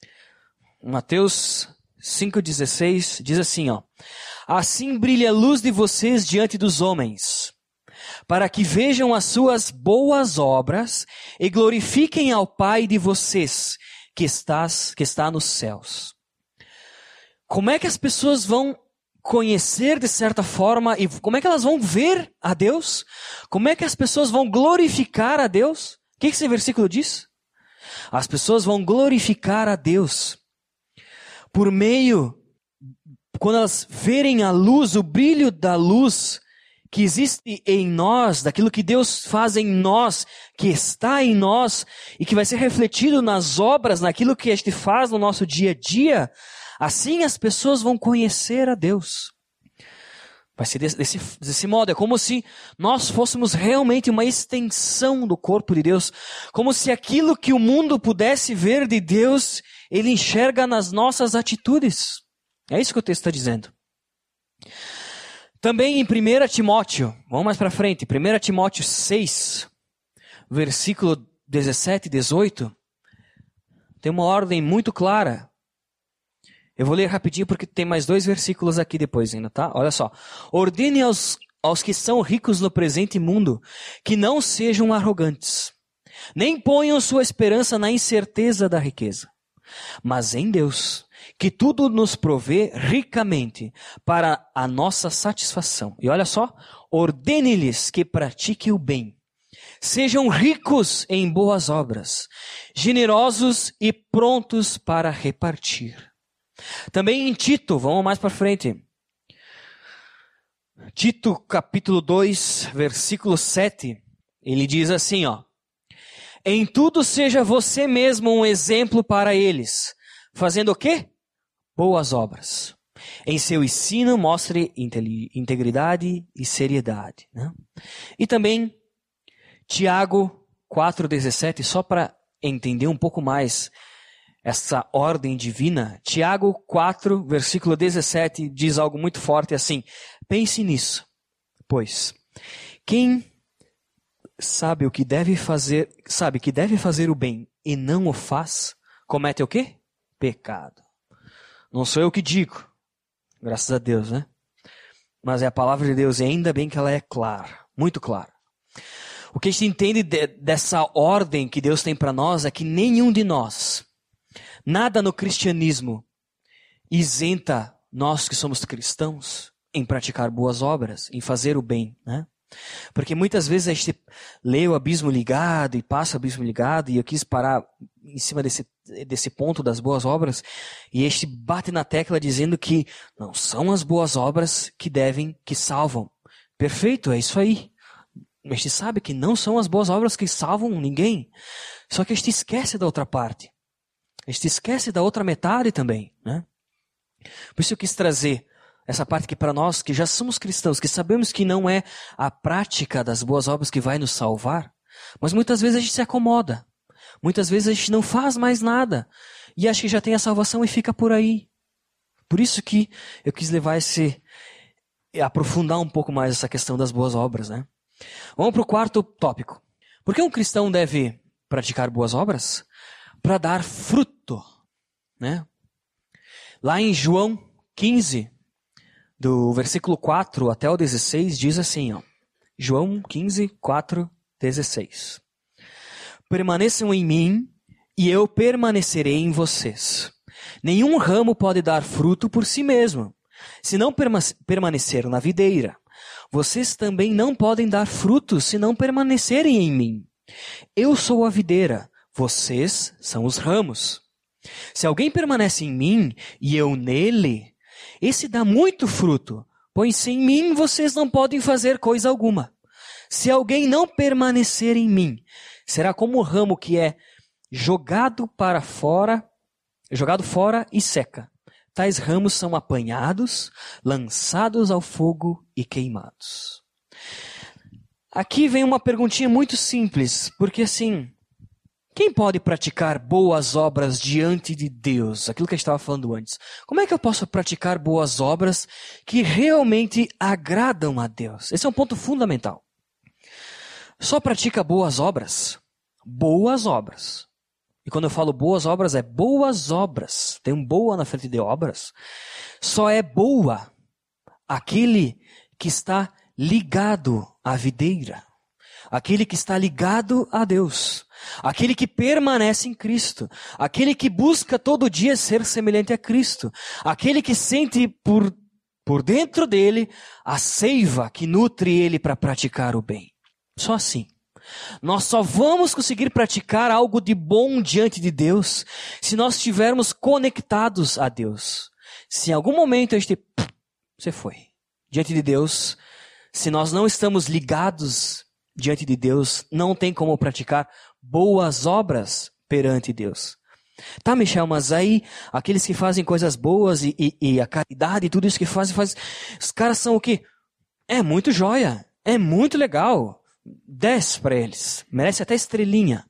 Mateus 5,16 diz assim, ó: assim brilha a luz de vocês diante dos homens, para que vejam as suas boas obras e glorifiquem ao Pai de vocês, que está nos céus. Como é que as pessoas vão conhecer de certa forma e como é que elas vão ver a Deus? Como é que as pessoas vão glorificar a Deus? O que esse versículo diz? As pessoas vão glorificar a Deus por meio, quando elas verem a luz, o brilho da luz que existe em nós, daquilo que Deus faz em nós, que está em nós e que vai ser refletido nas obras, naquilo que a gente faz no nosso dia a dia. Assim as pessoas vão conhecer a Deus. Vai ser desse modo. É como se nós fôssemos realmente uma extensão do corpo de Deus. Como se aquilo que o mundo pudesse ver de Deus, ele enxerga nas nossas atitudes. É isso que o texto está dizendo. Também em 1 Timóteo, vamos mais para frente, 1 Timóteo 6, versículo 17 e 18, tem uma ordem muito clara. Eu vou ler rapidinho porque tem mais 2 versículos aqui depois ainda, tá? Olha só. Ordene aos que são ricos no presente mundo que não sejam arrogantes, nem ponham sua esperança na incerteza da riqueza, mas em Deus, que tudo nos provê ricamente para a nossa satisfação. E olha só, ordene-lhes que pratiquem o bem, sejam ricos em boas obras, generosos e prontos para repartir. Também em Tito, vamos mais para frente. Tito capítulo 2, versículo 7, ele diz assim, ó: em tudo seja você mesmo um exemplo para eles, fazendo o quê? Boas obras. Em seu ensino mostre integridade e seriedade, né? E também Tiago 4,17, só para entender um pouco mais essa ordem divina, Tiago 4, versículo 17, diz algo muito forte assim: pense nisso, pois quem sabe que deve fazer o bem e não o faz, comete o quê? Pecado. Não sou eu que digo, graças a Deus, né? Mas é a palavra de Deus e ainda bem que ela é clara, muito clara. O que a gente entende dessa ordem que Deus tem para nós é que nenhum de nós, nada no cristianismo isenta nós que somos cristãos em praticar boas obras, em fazer o bem, né? Porque muitas vezes a gente lê o Abismo Ligado e passa o Abismo Ligado, e eu quis parar em cima desse ponto das boas obras, e a gente bate na tecla dizendo que não são as boas obras que salvam. Perfeito, é isso aí. A gente sabe que não são as boas obras que salvam ninguém. Só que a gente esquece da outra parte. A gente esquece da outra metade também, né? Por isso eu quis trazer essa parte que para nós, que já somos cristãos, que sabemos que não é a prática das boas obras que vai nos salvar, mas muitas vezes a gente se acomoda. Muitas vezes a gente não faz mais nada e acha que já tem a salvação e fica por aí. Por isso que eu quis aprofundar um pouco mais essa questão das boas obras, né? Vamos para o 4º tópico. Por que um cristão deve praticar boas obras? Para dar fruto, né? Lá em João 15, do versículo 4 até o 16, diz assim, ó. João 15, 4, 16. Permaneçam em mim e eu permanecerei em vocês. Nenhum ramo pode dar fruto por si mesmo, se não permanecer na videira. Vocês também não podem dar frutos se não permanecerem em mim. Eu sou a videira, vocês são os ramos. Se alguém permanece em mim e eu nele, esse dá muito fruto, pois sem mim vocês não podem fazer coisa alguma. Se alguém não permanecer em mim, será como o ramo que é jogado fora e seca. Tais ramos são apanhados, lançados ao fogo e queimados. Aqui vem uma perguntinha muito simples, porque assim, quem pode praticar boas obras diante de Deus? Aquilo que a gente estava falando antes. Como é que eu posso praticar boas obras que realmente agradam a Deus? Esse é um ponto fundamental. Só pratica boas obras. Boas obras. E quando eu falo boas obras, é boas obras. Tem um boa na frente de obras. Só é boa aquele que está ligado à videira. Aquele que está ligado a Deus. Aquele que permanece em Cristo. Aquele que busca todo dia ser semelhante a Cristo. Aquele que sente por dentro dele a seiva que nutre ele para praticar o bem. Só assim. Nós só vamos conseguir praticar algo de bom diante de Deus se nós estivermos conectados a Deus. Se em algum momento você foi diante de Deus, se nós não estamos ligados diante de Deus, não tem como praticar boas obras perante Deus. Tá, Michel, mas aí aqueles que fazem coisas boas e a caridade e tudo isso que fazem, os caras são o quê? É muito joia, é muito legal. 10 para eles, merece até estrelinha.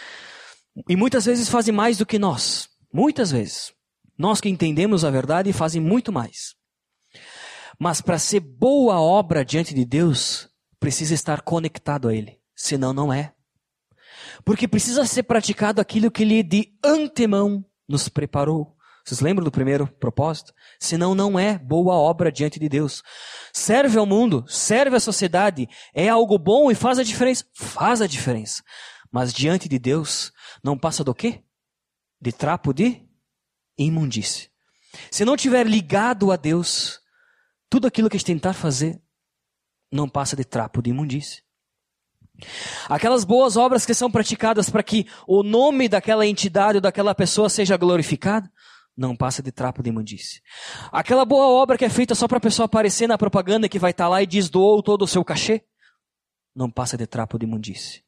E muitas vezes fazem mais do que nós. Muitas vezes. Nós que entendemos a verdade fazem muito mais. Mas para ser boa obra diante de Deus, precisa estar conectado a Ele. Senão não é. Porque precisa ser praticado aquilo que Ele de antemão nos preparou. Vocês lembram do primeiro propósito? Senão não é boa obra diante de Deus. Serve ao mundo, serve à sociedade, é algo bom e faz a diferença. Faz a diferença. Mas diante de Deus, não passa do quê? De trapo de imundície. Se não tiver ligado a Deus, tudo aquilo que a gente tentar fazer, não passa de trapo de imundície. Aquelas boas obras que são praticadas para que o nome daquela entidade ou daquela pessoa seja glorificado, não passa de trapo de imundície. Aquela boa obra que é feita só para a pessoa aparecer na propaganda que vai estar lá e diz doou todo o seu cachê, não passa de trapo de imundície.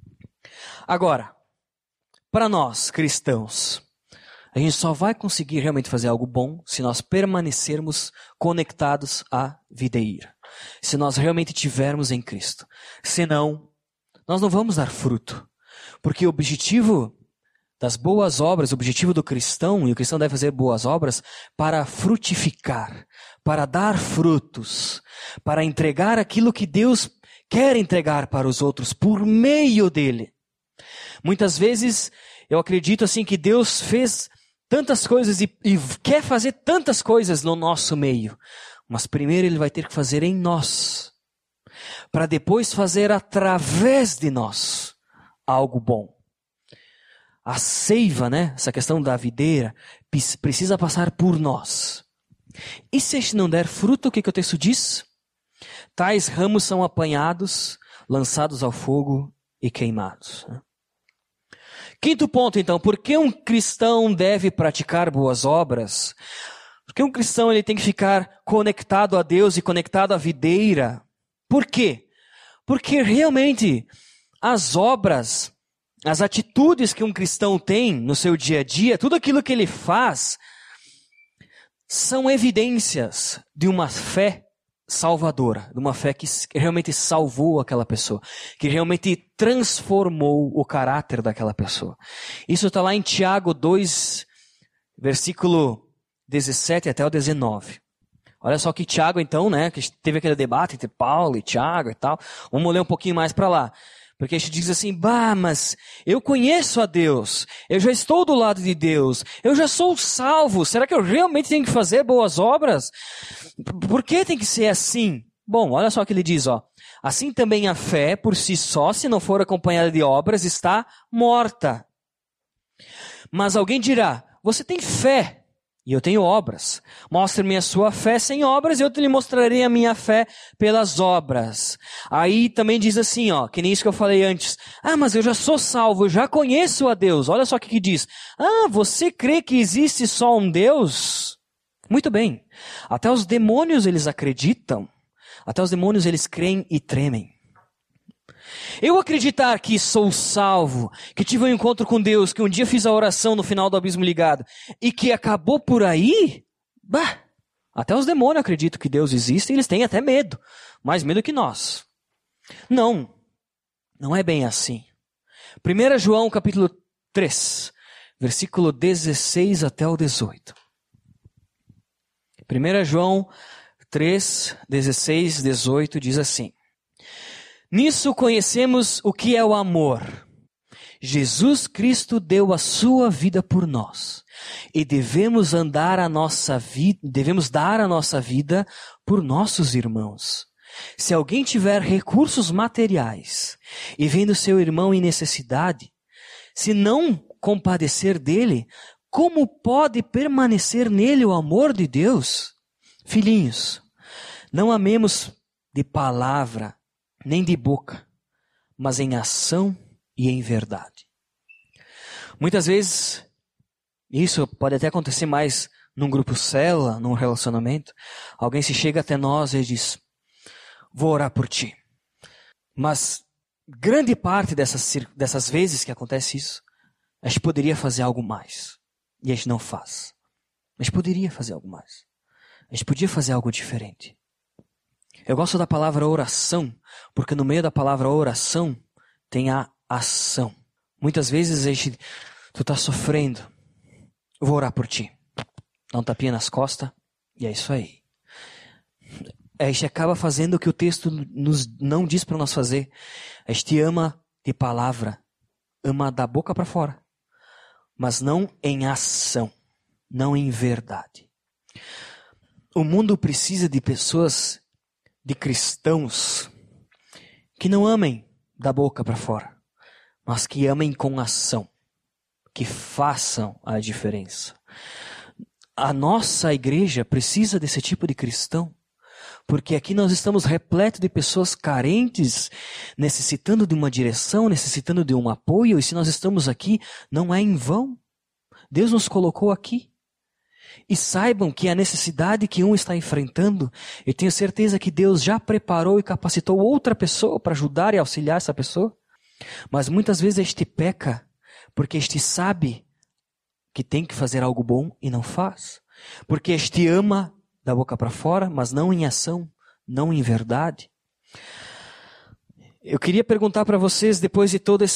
Agora, para nós cristãos, a gente só vai conseguir realmente fazer algo bom se nós permanecermos conectados à videira. Se nós realmente estivermos em Cristo. Senão, nós não vamos dar fruto. Porque o objetivo das boas obras, o objetivo do cristão, e o cristão deve fazer boas obras para frutificar, para dar frutos, para entregar aquilo que Deus quer entregar para os outros por meio dele. Muitas vezes eu acredito assim que Deus fez tantas coisas e quer fazer tantas coisas no nosso meio. Mas primeiro Ele vai ter que fazer em nós, para depois fazer através de nós algo bom. A seiva, né? Essa questão da videira, precisa passar por nós. E se a gente não der fruto, o que o texto diz? Tais ramos são apanhados, lançados ao fogo e queimados. Quinto ponto, então, por que um cristão deve praticar boas obras? Porque um cristão ele tem que ficar conectado a Deus e conectado à videira. Por quê? Porque realmente as obras, as atitudes que um cristão tem no seu dia a dia, tudo aquilo que ele faz, são evidências de uma fé salvadora, de uma fé que realmente salvou aquela pessoa, que realmente transformou o caráter daquela pessoa. Isso está lá em Tiago 2, versículo 17 até o 19. Olha só que Tiago então, né, que teve aquele debate entre Paulo e Tiago e tal. Vamos ler um pouquinho mais para lá. Porque a gente diz assim, mas eu conheço a Deus, eu já estou do lado de Deus, eu já sou salvo, será que eu realmente tenho que fazer boas obras? Por que tem que ser assim? Bom, olha só o que ele diz, ó. Assim também a fé, por si só, se não for acompanhada de obras, está morta. Mas alguém dirá, você tem fé, e eu tenho obras. Mostre-me a sua fé sem obras, e eu te lhe mostrarei a minha fé pelas obras. Aí também diz assim, ó, que nem isso que eu falei antes. Mas eu já sou salvo, eu já conheço a Deus. Olha só o que diz. Você crê que existe só um Deus? Muito bem. Até os demônios eles acreditam. Até os demônios eles creem e tremem. Eu acreditar que sou salvo, que tive um encontro com Deus, que um dia fiz a oração no final do abismo ligado, e que acabou por aí, até os demônios acreditam que Deus existe e eles têm até medo, mais medo que nós. Não é bem assim. 1 João capítulo 3, versículo 16 até o 18. 1 João 3, 16, 18 diz assim. Nisso conhecemos o que é o amor. Jesus Cristo deu a sua vida por nós. E devemos dar a nossa vida por nossos irmãos. Se alguém tiver recursos materiais e vendo seu irmão em necessidade, se não compadecer dele, como pode permanecer nele o amor de Deus? Filhinhos, não amemos de palavra, nem de boca, mas em ação e em verdade. Muitas vezes, isso pode até acontecer mais num grupo célula, num relacionamento, alguém se chega até nós e diz, vou orar por ti. Mas grande parte dessas vezes que acontece isso, a gente poderia fazer algo mais. E a gente não faz. A gente poderia fazer algo mais. A gente podia fazer algo diferente. Eu gosto da palavra oração, porque no meio da palavra oração tem a ação. Muitas vezes tu está sofrendo, eu vou orar por ti. Dá um tapinha nas costas e é isso aí. A gente acaba fazendo o que o texto não diz para nós fazer. A gente ama de palavra, ama da boca para fora, mas não em ação, não em verdade. O mundo precisa de pessoas, de cristãos, que não amem da boca para fora, mas que amem com ação, que façam a diferença. A nossa igreja precisa desse tipo de cristão, porque aqui nós estamos repletos de pessoas carentes, necessitando de uma direção, necessitando de um apoio, e se nós estamos aqui, não é em vão. Deus nos colocou aqui. E saibam que a necessidade que um está enfrentando, eu tenho certeza que Deus já preparou e capacitou outra pessoa para ajudar e auxiliar essa pessoa. Mas muitas vezes este peca, porque este sabe que tem que fazer algo bom e não faz. Porque este ama da boca para fora, mas não em ação, não em verdade. Eu queria perguntar para vocês, depois de toda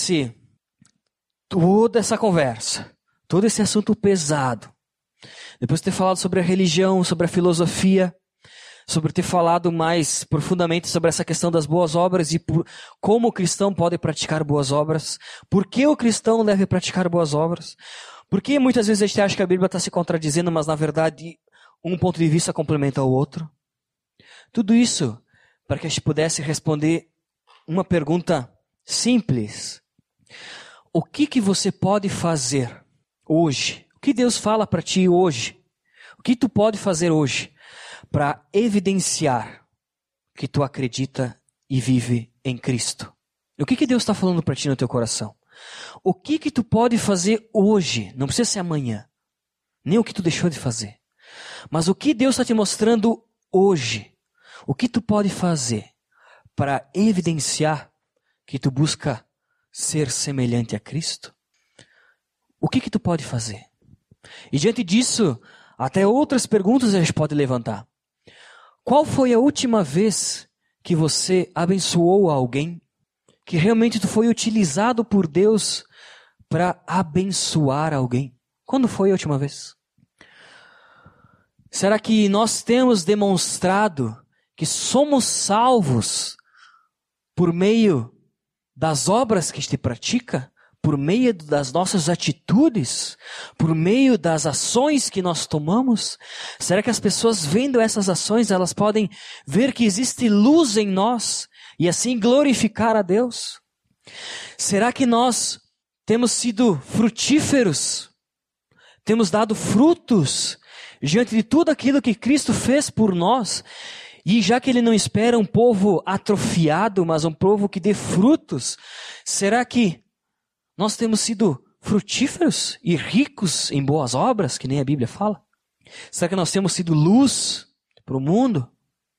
essa conversa, todo esse assunto pesado, depois de ter falado sobre a religião, sobre a filosofia, sobre ter falado mais profundamente sobre essa questão das boas obras e como o cristão pode praticar boas obras, por que o cristão deve praticar boas obras, porque muitas vezes a gente acha que a Bíblia está se contradizendo, mas na verdade um ponto de vista complementa o outro. Tudo isso para que a gente pudesse responder uma pergunta simples. O que você pode fazer hoje? O que Deus fala para ti hoje? O que tu pode fazer hoje para evidenciar que tu acredita e vive em Cristo? O que Deus está falando para ti no teu coração? O que tu pode fazer hoje? Não precisa ser amanhã, nem o que tu deixou de fazer. Mas o que Deus está te mostrando hoje? O que tu pode fazer para evidenciar que tu busca ser semelhante a Cristo? O que tu pode fazer? E diante disso, até outras perguntas a gente pode levantar. Qual foi a última vez que você abençoou alguém? Que realmente tu foi utilizado por Deus para abençoar alguém? Quando foi a última vez? Será que nós temos demonstrado que somos salvos por meio das obras que a gente pratica? Por meio das nossas atitudes? Por meio das ações que nós tomamos? Será que as pessoas vendo essas ações, elas podem ver que existe luz em nós e assim glorificar a Deus? Será que nós temos sido frutíferos? Temos dado frutos diante de tudo aquilo que Cristo fez por nós? E já que Ele não espera um povo atrofiado, mas um povo que dê frutos, será que nós temos sido frutíferos e ricos em boas obras, que nem a Bíblia fala? Será que nós temos sido luz para o mundo?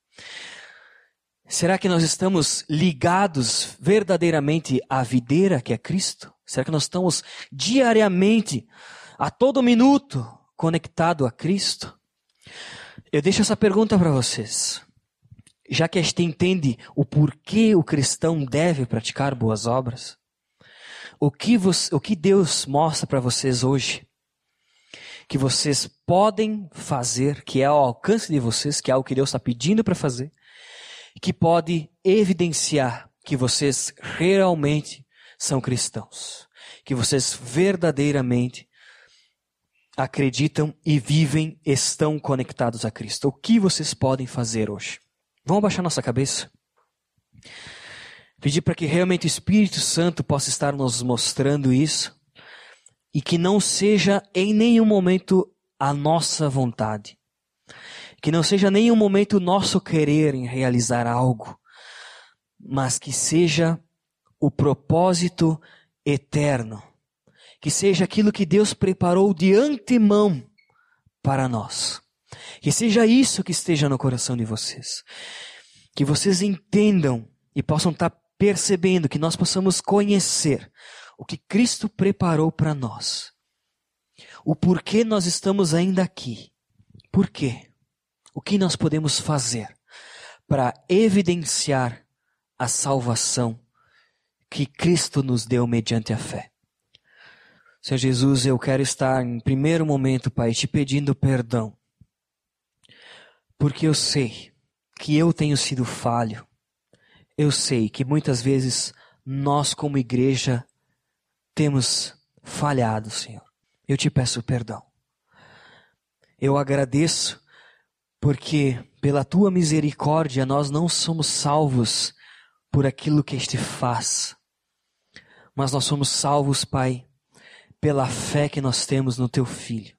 Será que nós estamos ligados verdadeiramente à videira que é Cristo? Será que nós estamos diariamente, a todo minuto, conectados a Cristo? Eu deixo essa pergunta para vocês. Já que a gente entende o porquê o cristão deve praticar boas obras, o que Deus mostra para vocês hoje, que vocês podem fazer, que é ao alcance de vocês, que é o que Deus está pedindo para fazer, que pode evidenciar que vocês realmente são cristãos, que vocês verdadeiramente acreditam e vivem, estão conectados a Cristo. O que vocês podem fazer hoje? Vamos abaixar nossa cabeça? Pedir para que realmente o Espírito Santo possa estar nos mostrando isso e que não seja em nenhum momento a nossa vontade, que não seja em nenhum momento o nosso querer em realizar algo, mas que seja o propósito eterno, que seja aquilo que Deus preparou de antemão para nós, que seja isso que esteja no coração de vocês, que vocês entendam e possam estar percebendo, que nós possamos conhecer o que Cristo preparou para nós. O porquê nós estamos ainda aqui. Por quê? O que nós podemos fazer para evidenciar a salvação que Cristo nos deu mediante a fé. Senhor Jesus, eu quero estar em primeiro momento, Pai, te pedindo perdão, porque eu sei que eu tenho sido falho. Eu sei que muitas vezes nós como igreja temos falhado, Senhor. Eu te peço perdão. Eu agradeço porque pela tua misericórdia nós não somos salvos por aquilo que este faz, mas nós somos salvos, Pai, pela fé que nós temos no teu Filho.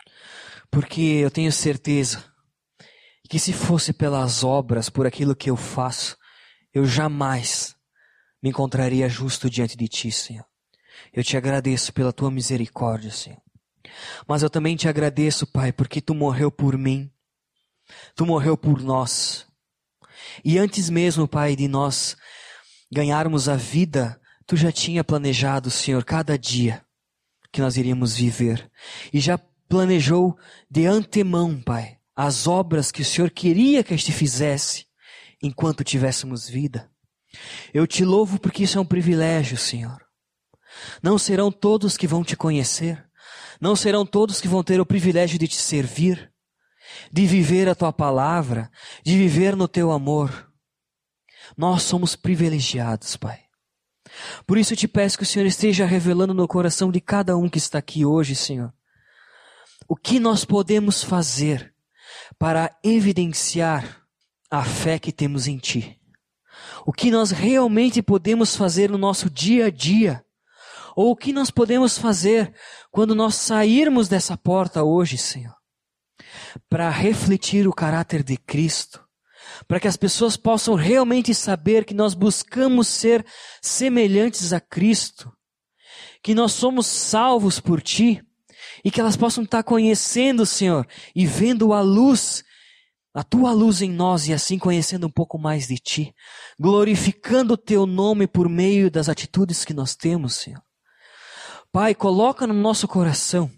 Porque eu tenho certeza que se fosse pelas obras, por aquilo que eu faço, eu jamais me encontraria justo diante de ti, Senhor. Eu te agradeço pela tua misericórdia, Senhor. Mas eu também te agradeço, Pai, porque tu morreu por mim. Tu morreu por nós. E antes mesmo, Pai, de nós ganharmos a vida, tu já tinha planejado, Senhor, cada dia que nós iríamos viver. E já planejou de antemão, Pai, as obras que o Senhor queria que a gente fizesse enquanto tivéssemos vida. Eu te louvo porque isso é um privilégio, Senhor. Não serão todos que vão te conhecer. Não serão todos que vão ter o privilégio de te servir, de viver a tua palavra, de viver no teu amor. Nós somos privilegiados, Pai. Por isso eu te peço que o Senhor esteja revelando no coração de cada um que está aqui hoje, Senhor, o que nós podemos fazer para evidenciar a fé que temos em Ti. O que nós realmente podemos fazer no nosso dia a dia. Ou o que nós podemos fazer quando nós sairmos dessa porta hoje, Senhor, para refletir o caráter de Cristo, para que as pessoas possam realmente saber que nós buscamos ser semelhantes a Cristo, que nós somos salvos por Ti, e que elas possam estar conhecendo, Senhor, e vendo a luz, a Tua luz em nós, e assim conhecendo um pouco mais de Ti, glorificando o Teu nome por meio das atitudes que nós temos, Senhor. Pai, coloca no nosso coração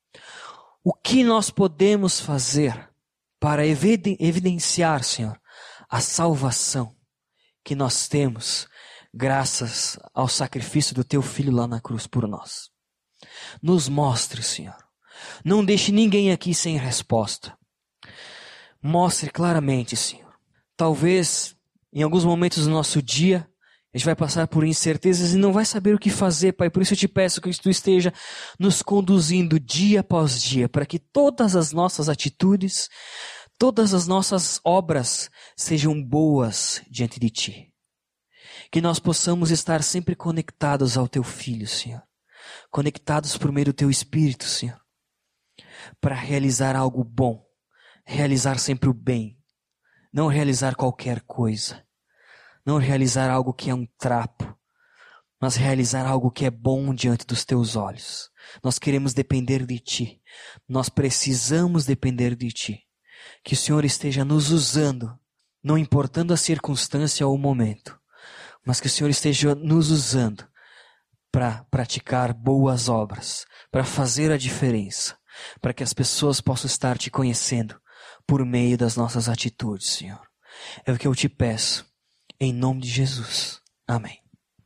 o que nós podemos fazer para evidenciar, Senhor, a salvação que nós temos graças ao sacrifício do Teu Filho lá na cruz por nós. Nos mostre, Senhor. Não deixe ninguém aqui sem resposta. Mostre claramente, Senhor. Talvez em alguns momentos do nosso dia a gente vai passar por incertezas e não vai saber o que fazer, Pai. Por isso eu te peço que Tu esteja nos conduzindo dia após dia, para que todas as nossas atitudes, todas as nossas obras sejam boas diante de Ti. Que nós possamos estar sempre conectados ao Teu Filho, Senhor. Conectados por meio do Teu Espírito, Senhor. Para realizar algo bom. Realizar sempre o bem. Não realizar qualquer coisa. Não realizar algo que é um trapo, mas realizar algo que é bom diante dos Teus olhos. Nós queremos depender de Ti. Nós precisamos depender de Ti. Que o Senhor esteja nos usando, não importando a circunstância ou o momento, mas que o Senhor esteja nos usando para praticar boas obras, para fazer a diferença, para que as pessoas possam estar Te conhecendo por meio das nossas atitudes, Senhor. É o que eu Te peço. Em nome de Jesus. Amém.